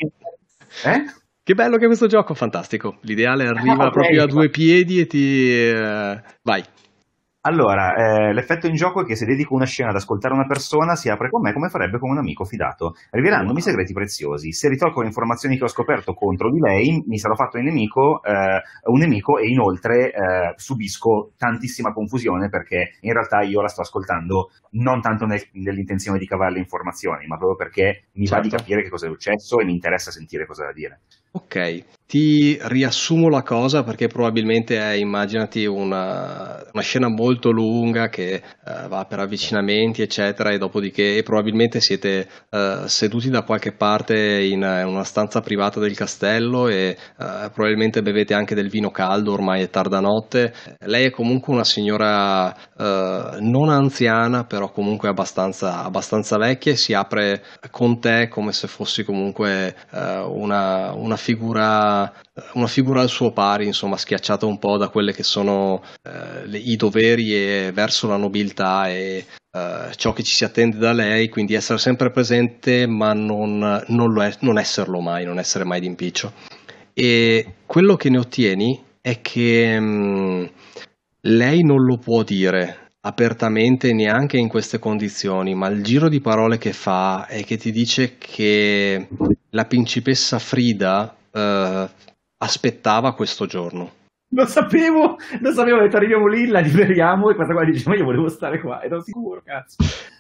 Eh? Che bello che è questo gioco, fantastico. L'ideale arriva Ah, ok. proprio a due piedi e ti... eh, vai. Allora, eh, l'effetto in gioco è che se dedico una scena ad ascoltare una persona, si apre con me come farebbe con un amico fidato, rivelandomi Wow. segreti preziosi. Se ritolgo le informazioni che ho scoperto contro di lei, mi sarò fatto un nemico, eh, un nemico e inoltre eh, subisco tantissima confusione, perché in realtà io la sto ascoltando non tanto nel- nell'intenzione di cavare le informazioni, ma proprio perché mi va di Certo. capire che cosa è successo e mi interessa sentire cosa da dire. Ok, ti riassumo la cosa perché probabilmente è, immaginati una, una scena molto lunga che uh, va per avvicinamenti eccetera, e dopodiché probabilmente siete uh, seduti da qualche parte in, in una stanza privata del castello e uh, probabilmente bevete anche del vino caldo, ormai è tarda notte. Lei è comunque una signora uh, non anziana, però comunque abbastanza, abbastanza vecchia, e si apre con te come se fossi comunque uh, una, una figura una figura al suo pari, insomma, schiacciata un po' da quelle che sono eh, le, i doveri e verso la nobiltà e eh, ciò che ci si attende da lei, quindi essere sempre presente ma non, non, lo è, non esserlo mai, non essere mai d'impiccio. E quello che ne ottieni è che mh, lei non lo può dire apertamente neanche in queste condizioni, ma il giro di parole che fa è che ti dice che la principessa Frida Uh, aspettava questo giorno. Lo sapevo, lo sapevo, ho detto arriviamo lì, la liberiamo e questa qua dice ma io volevo stare qua, ero sicuro, cazzo.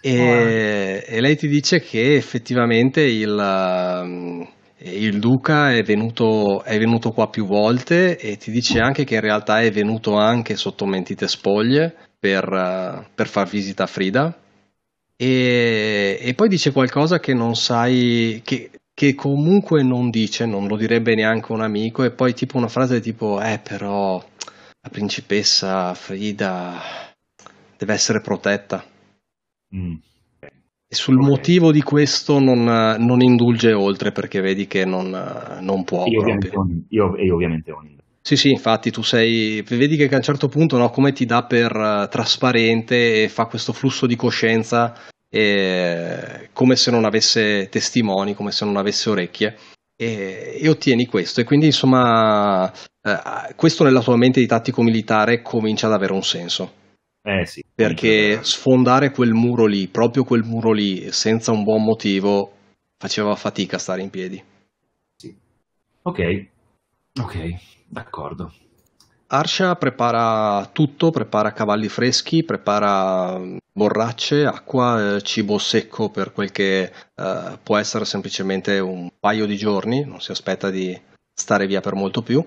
E, oh. e lei ti dice che effettivamente il, uh, il duca è venuto, è venuto qua più volte, e ti dice anche che in realtà è venuto anche sotto mentite spoglie per, uh, per far visita a Frida, e, e poi dice qualcosa che non sai, che che comunque non dice, non lo direbbe neanche un amico, e poi tipo una frase tipo eh però la principessa Frida deve essere protetta. Mm. E sul okay. motivo di questo non, non indulge oltre, perché vedi che non, non può io proprio. Ovviamente, io, io ovviamente ho Sì, sì, infatti tu sei, vedi che a un certo punto, no, come ti dà per uh, trasparente e fa questo flusso di coscienza, e, come se non avesse testimoni, come se non avesse orecchie, e, e ottieni questo. E quindi insomma uh, questo nella tua mente di tattico militare comincia ad avere un senso. Eh sì. Perché sfondare quel muro lì, proprio quel muro lì, senza un buon motivo, faceva fatica a stare in piedi. Sì. Ok, ok, d'accordo. Arsha prepara tutto, prepara cavalli freschi, prepara borracce, acqua, cibo secco per quel che uh, può essere semplicemente un paio di giorni, non si aspetta di stare via per molto più,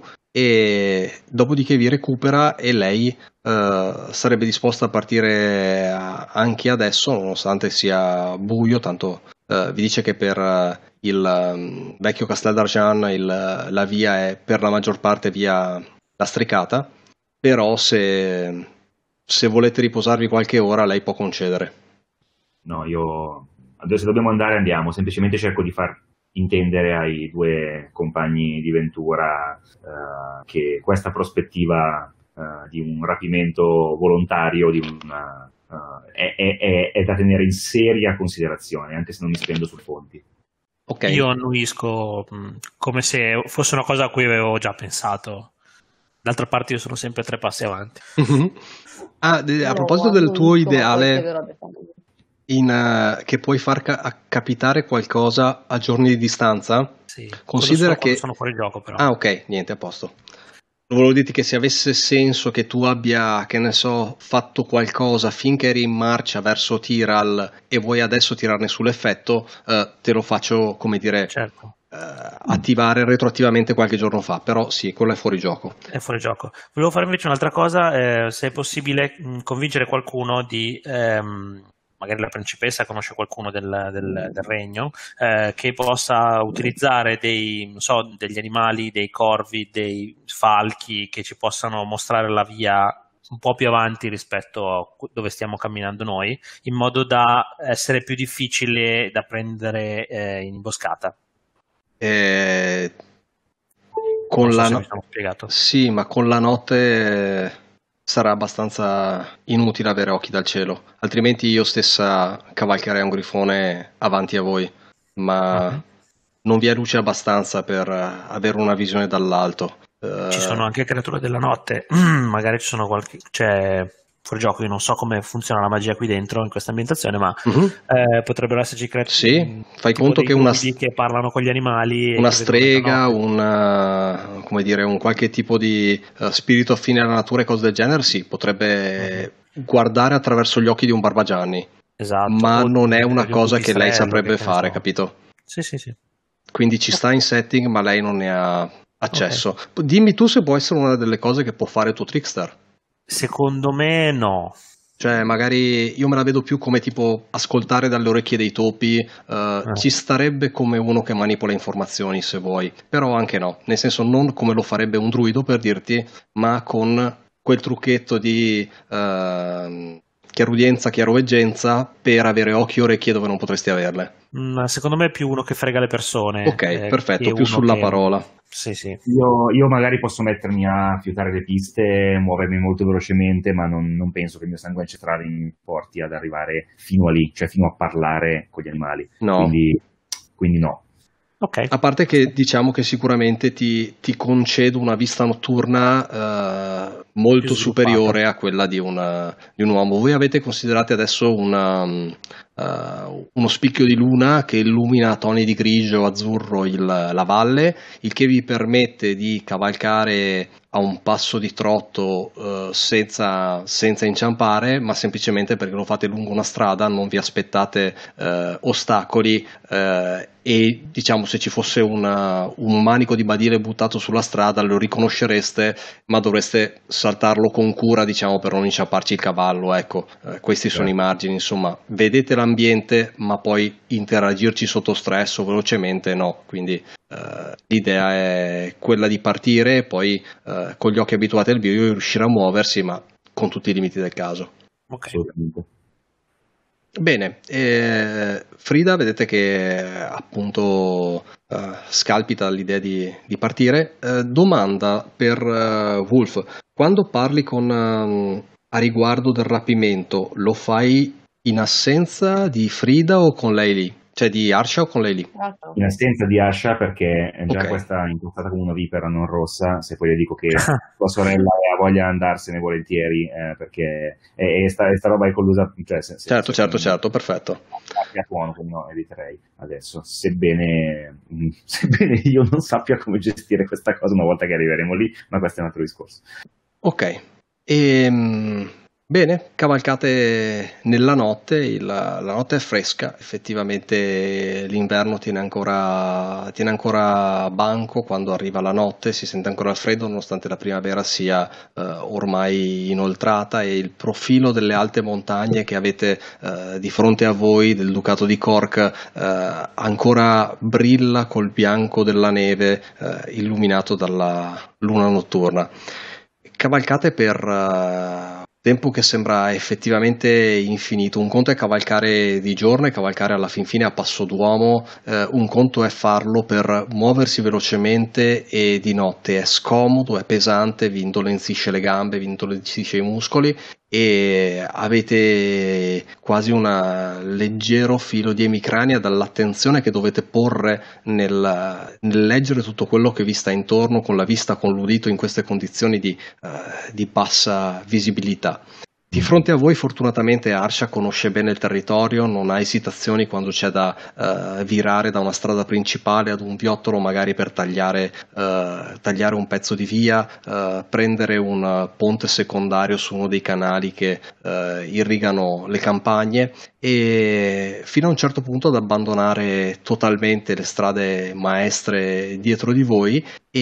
e dopodiché vi recupera, e lei uh, sarebbe disposta a partire anche adesso, nonostante sia buio, tanto uh, vi dice che per uh, il um, vecchio Castel d'Argent il, la via è per la maggior parte via lastricata, però se, se volete riposarvi qualche ora lei può concedere. No, io adesso dobbiamo andare, andiamo, semplicemente cerco di far intendere ai due compagni di Ventura uh, che questa prospettiva uh, di un rapimento volontario di una, uh, è, è, è da tenere in seria considerazione, anche se non mi spendo su fonti. Okay. Io annuisco mh, come se fosse una cosa a cui avevo già pensato. D'altra parte io sono sempre tre passi avanti. Mm-hmm. Ah, de- a proposito del tuo ideale in, uh, che puoi far ca- capitare qualcosa a giorni di distanza, sì, considera so, che sono fuori gioco però. Ah, ok, niente, a posto. Volevo dirti che se avesse senso che tu abbia, che ne so, fatto qualcosa finché eri in marcia verso Tiral e vuoi adesso tirarne sull'effetto, uh, te lo faccio, come dire, certo. Uh, attivare retroattivamente qualche giorno fa, però sì, quello è fuori gioco. È fuori gioco. Volevo fare invece un'altra cosa, eh, se è possibile mh, convincere qualcuno di, ehm, magari la principessa conosce qualcuno del, del, del regno, eh, che possa utilizzare dei, non so, degli animali, dei corvi, dei falchi che ci possano mostrare la via un po' più avanti rispetto a dove stiamo camminando noi, in modo da essere più difficile da prendere eh, in imboscata. Eh, con so la se no- mi sono spiegato. Sì, ma con la notte sarà abbastanza inutile avere occhi dal cielo, altrimenti io stessa cavalcherei un grifone avanti a voi, ma uh-huh. non vi è luce abbastanza per avere una visione dall'alto. Ci sono anche creature della notte, magari ci sono qualche... C'è... fuori gioco, io non so come funziona la magia qui dentro in questa ambientazione, ma uh-huh. eh, potrebbero esserci creature, sì, fai conto che una che parlano con gli animali, una strega, una, come dire, un qualche tipo di uh, spirito affine alla natura e cose del genere, sì, potrebbe uh-huh. guardare attraverso gli occhi di un Barbagianni, esatto, ma non è una cosa che lei saprebbe fare, capito? Sì, sì, sì. Quindi ci sta in setting, ma lei non ne ha accesso. Okay. Dimmi tu se può essere una delle cose che può fare il tuo trickster. Secondo me no. Cioè magari io me la vedo più come tipo ascoltare dalle orecchie dei topi, uh, eh. Ci starebbe come uno che manipola informazioni se vuoi, però anche no, nel senso non come lo farebbe un druido per dirti, ma con quel trucchetto di uh, chiarudienza, chiaroveggenza per avere occhi e orecchie dove non potresti averle. Mm, secondo me è più uno che frega le persone. Ok, eh, perfetto, più sulla che... parola. Sì, sì. Io, io magari posso mettermi a fiutare le piste, muovermi molto velocemente, ma non, non penso che il mio sangue ancestrale mi porti ad arrivare fino a lì, cioè fino a parlare con gli animali. No. Quindi, quindi no. Okay. A parte che diciamo che sicuramente ti, ti concedo una vista notturna eh, molto superiore a quella di, una, di un uomo. Voi avete considerato adesso una, uh, uno spicchio di luna che illumina a toni di grigio azzurro il, la valle, il che vi permette di cavalcare a un passo di trotto uh, senza, senza inciampare, ma semplicemente perché lo fate lungo una strada, non vi aspettate uh, ostacoli uh, e diciamo se ci fosse una, un manico di badile buttato sulla strada lo riconoscereste, ma dovreste saltarlo con cura, diciamo, per non inciamparci il cavallo. Ecco, uh, questi sono certo. I margini, insomma, vedete l'ambiente, ma poi interagirci sotto stress o velocemente no, quindi Uh, l'idea è quella di partire e poi uh, con gli occhi abituati al buio riuscire a muoversi, ma con tutti i limiti del caso. Ok. Bene, eh, Frida vedete che appunto uh, scalpita l'idea di, di partire. Uh, domanda per uh, Wolf: quando parli con uh, a riguardo del rapimento, lo fai in assenza di Frida o con lei lì? Cioè di Arsha o con lei lì? In assenza di Arsha, perché già okay. Questa è impostata come una vipera non rossa. Se poi le dico che tua sorella ha voglia di andarsene volentieri, eh, perché è, è, sta, è sta roba è collusa. Cioè, se, se, certo, se, certo, se, certo, perfetto. A tuono, quindi no, eviterei adesso. Sebbene, sebbene io non sappia come gestire questa cosa una volta che arriveremo lì, ma questo è un altro discorso. Ok. Ehm... Bene, cavalcate nella notte, il, la notte è fresca, effettivamente l'inverno tiene ancora, tiene ancora banco quando arriva la notte, si sente ancora il freddo nonostante la primavera sia eh, ormai inoltrata e il profilo delle alte montagne che avete eh, di fronte a voi del Ducato di Cork eh, ancora brilla col bianco della neve eh, illuminato dalla luna notturna. Cavalcate per... Uh, tempo che sembra effettivamente infinito. Un conto è cavalcare di giorno e cavalcare alla fin fine a passo d'uomo, eh, un conto è farlo per muoversi velocemente e di notte. È scomodo, è pesante, vi indolenzisce le gambe, vi indolenzisce i muscoli e avete quasi un leggero filo di emicrania dall'attenzione che dovete porre nel, nel leggere tutto quello che vi sta intorno con la vista, con l'udito in queste condizioni di, uh, di bassa visibilità. Di fronte a voi fortunatamente Arsha conosce bene il territorio, non ha esitazioni quando c'è da uh, virare da una strada principale ad un viottolo magari per tagliare, uh, tagliare un pezzo di via, uh, prendere un ponte secondario su uno dei canali che uh, irrigano le campagne e fino a un certo punto ad abbandonare totalmente le strade maestre dietro di voi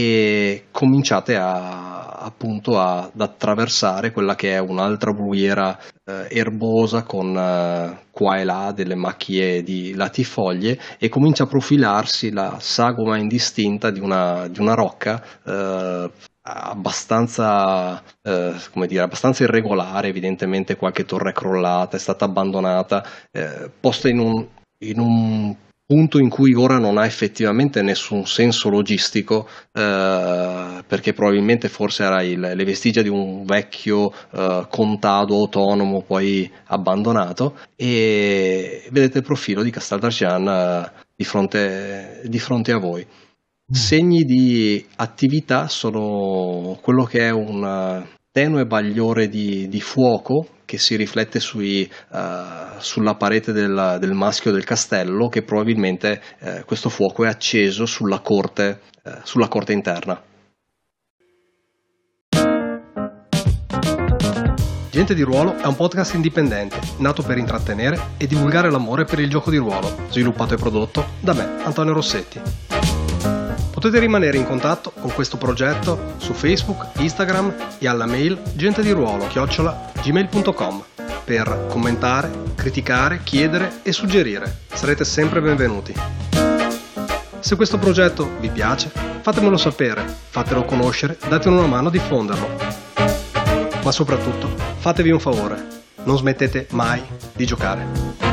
e cominciate a appunto ad attraversare quella che è un'altra brughiera eh, erbosa con eh, qua e là delle macchie di latifoglie e comincia a profilarsi la sagoma indistinta di una, di una rocca eh, abbastanza eh, come dire abbastanza irregolare, evidentemente qualche torre crollata, è stata abbandonata, eh, posta in un, in un punto in cui ora non ha effettivamente nessun senso logistico eh, perché probabilmente forse era il, le vestigia di un vecchio eh, contado autonomo poi abbandonato e vedete il profilo di Castel d'Argent eh, di fronte, di fronte a voi. Segni di attività sono quello che è un tenue bagliore di, di fuoco che si riflette sui, uh, sulla parete del, del maschio del castello, che probabilmente uh, questo fuoco è acceso sulla corte, uh, sulla corte interna. Gente di Ruolo è un podcast indipendente, nato per intrattenere e divulgare l'amore per il gioco di ruolo, sviluppato e prodotto da me, Antonio Rossetti. Potete rimanere in contatto con questo progetto su Facebook, Instagram e alla mail gentediruolo chiocciola gmail punto com per commentare, criticare, chiedere e suggerire. Sarete sempre benvenuti. Se questo progetto vi piace, fatemelo sapere, fatelo conoscere, datemi una mano a diffonderlo. Ma soprattutto, fatevi un favore, non smettete mai di giocare.